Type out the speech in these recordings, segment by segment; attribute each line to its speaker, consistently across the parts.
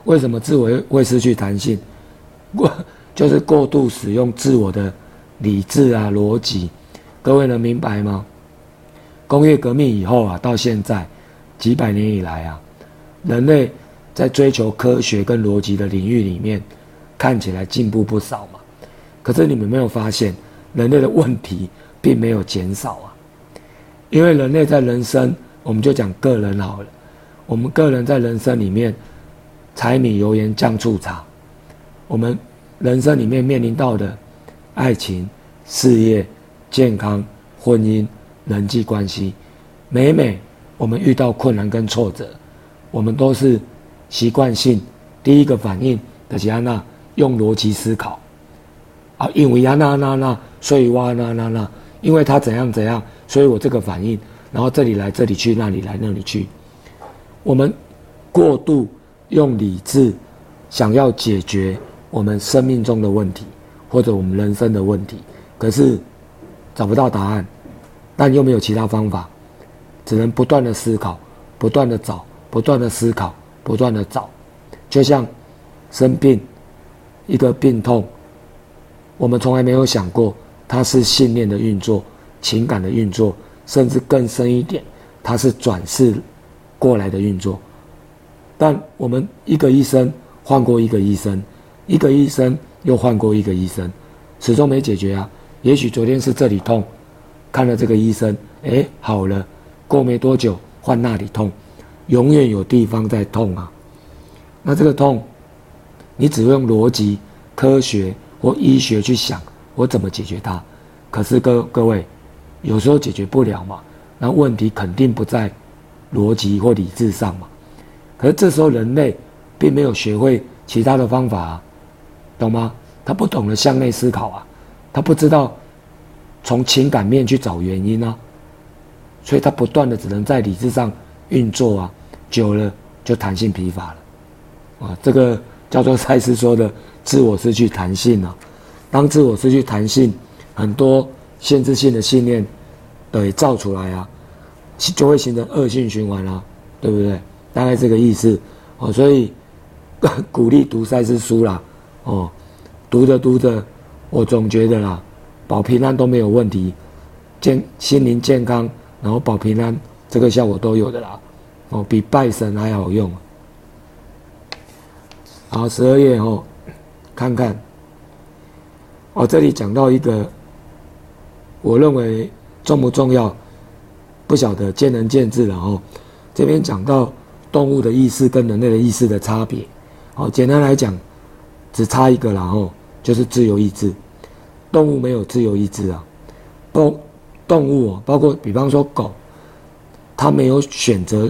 Speaker 1: 为什么自我会失去弹性？就是过度使用自我的理智啊、逻辑。各位能明白吗？工业革命以后啊，到现在几百年以来啊，人类在追求科学跟逻辑的领域里面，看起来进步不少嘛。可是你们没有发现，人类的问题并没有减少啊。因为人类在人生，我们就讲个人好了，我们个人在人生里面，柴米油盐酱醋茶，我们人生里面面临到的爱情、事业、健康、婚姻、人际关系，每我们遇到困难跟挫折，我们都是习惯性第一个反应就是用逻辑思考啊，因为那，所以那，因为他怎样怎样，所以我这个反应，然后这里来这里去，那里来那里去，我们过度用理智想要解决我们生命中的问题，或者我们人生的问题，可是找不到答案，但又没有其他方法，只能不断的思考，不断的找，不断的思考，不断的找。就像生病，一个病痛，我们从来没有想过它是信念的运作、情感的运作，甚至更深一点，它是转世过来的运作。但我们一个医生换过一个医生，一个医生又换过一个医生，始终没解决啊。也许昨天是这里痛，看了这个医生，好了，过没多久换那里痛，永远有地方在痛啊。那这个痛，你只会用逻辑、科学或医学去想我怎么解决它，可是各位有时候解决不了嘛，那问题肯定不在逻辑或理智上嘛。可是这时候人类并没有学会其他的方法啊，懂吗？他不懂得向内思考啊，他不知道从情感面去找原因啊，所以他不断的只能在理智上运作啊，久了就弹性疲乏了啊。这个叫做赛斯说的自我失去弹性啊。当自我失去弹性，很多限制性的信念造出来啊，就会形成恶性循环啊，对不对？大概这个意思哦。所以鼓励读赛斯书啦，哦，读着，我总觉得啦，保平安都没有问题，心灵健康，然后保平安，这个效果都有的啦，哦，比拜神还好用。好，12页哦，看看，哦，这里讲到一个，我认为重不重要，不晓得，见仁见智了哦。这边讲到动物的意识跟人类的意识的差别，好，简单来讲，只差一个啦哦，就是自由意志。动物没有自由意志啊，动物包括比方说狗，它没有选择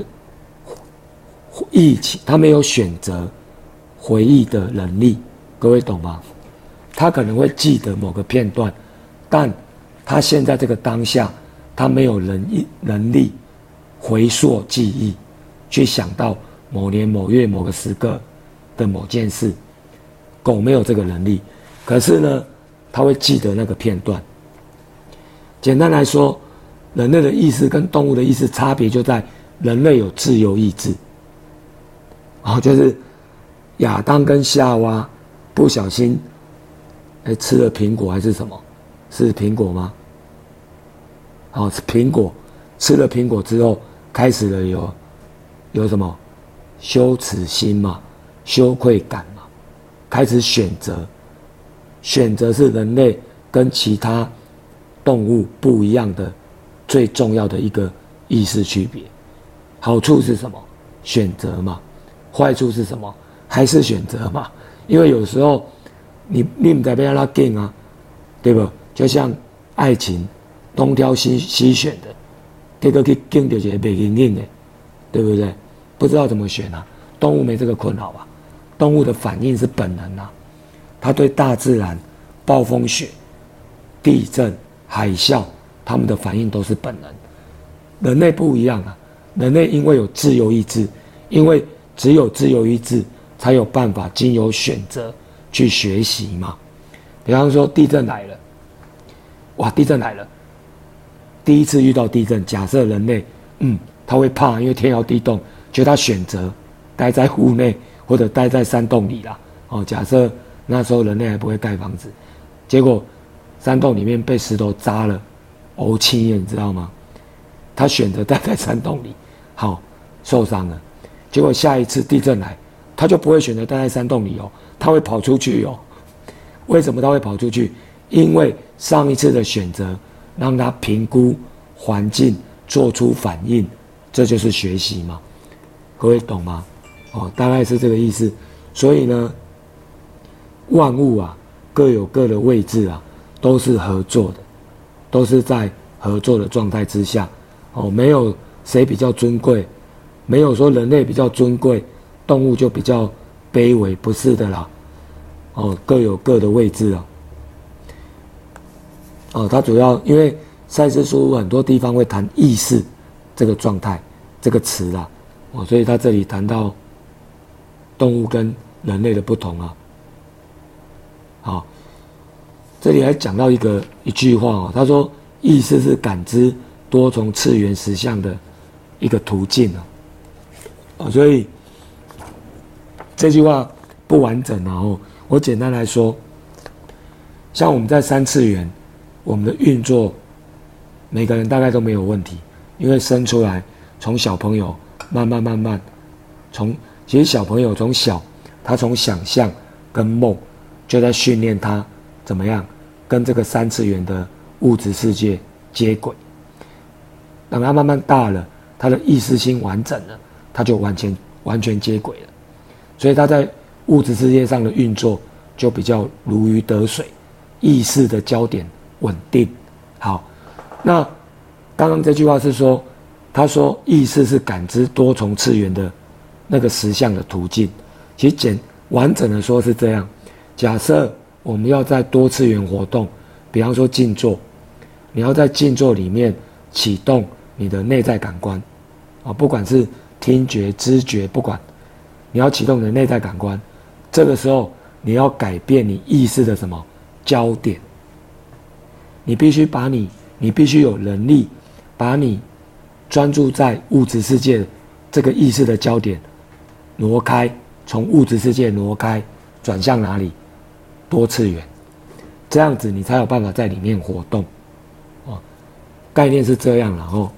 Speaker 1: 它没有选择回忆的能力，各位懂吗？它可能会记得某个片段，但它现在这个当下，它没有能力回溯记忆，去想到某年某月某个时刻的某件事。狗没有这个能力，可是呢，它会记得那个片段。简单来说，人类的意识跟动物的意识差别就在人类有自由意志，就是亚当跟夏娃不小心吃了苹果还是什么？是苹果吗？是苹果。吃了苹果之后，开始了有什么羞耻心嘛，羞愧感嘛，开始选择。选择是人类跟其他动物不一样的最重要的一个意识区别。好处是什么？选择嘛。坏处是什么？还是选择嘛。因为有时候你不知道要怎么选啊，对不？就像爱情，东挑西选的，结果去选到一个不硬硬的，对不对？不知道怎么选啊。动物没这个困扰啊，动物的反应是本能啊，它对大自然、暴风雪、地震、海啸，它们的反应都是本能。人类不一样啊，人类因为有自由意志，因为只有自由意志才有办法经由选择去学习嘛。比方说地震来了，地震来了，第一次遇到地震，假设人类他会怕，因为天摇地动，觉得他选择待在户内或者待在山洞里啦。假设那时候人类还不会盖房子，结果山洞里面被石头扎了，怄气了，你知道吗？他选择待在山洞里，好，受伤了。结果下一次地震来，他就不会选择待在山洞里哦，他会跑出去哦。为什么他会跑出去？因为上一次的选择让他评估环境，做出反应，这就是学习嘛。各位懂吗？大概是这个意思。所以呢，万物啊各有各的位置啊，都是合作的，都是在合作的状态之下。没有谁比较尊贵，没有说人类比较尊贵，动物就比较卑微，不是的啦。各有各的位置它主要因为赛斯书很多地方会谈意识这个状态这个词啦，所以他这里谈到动物跟人类的不同啊。好，这里还讲到一句话他说意识是感知多重次元实相的一个途径所以这句话不完整我简单来说，像我们在3次元，我们的运作每个人大概都没有问题，因为生出来从小朋友慢慢其实小朋友从小他从想象跟梦就在训练他怎么样跟这个3次元的物质世界接轨。等他慢慢大了，他的意识心完整了，他就完全接轨了，所以他在物质世界上的运作就比较如鱼得水，意识的焦点稳定。好，那刚刚这句话是说，他说意识是感知多重次元的那个实相的途径。其实完整的说是这样，假设我们要在多次元活动，比方说静坐，你要在静坐里面启动你的内在感官不管是听觉、知觉，不管你要启动你的内在感官，这个时候你要改变你意识的什么焦点？你必须有能力把你专注在物质世界这个意识的焦点挪开，从物质世界挪开，转向哪里？多次元，这样子你才有办法在里面活动概念是这样啦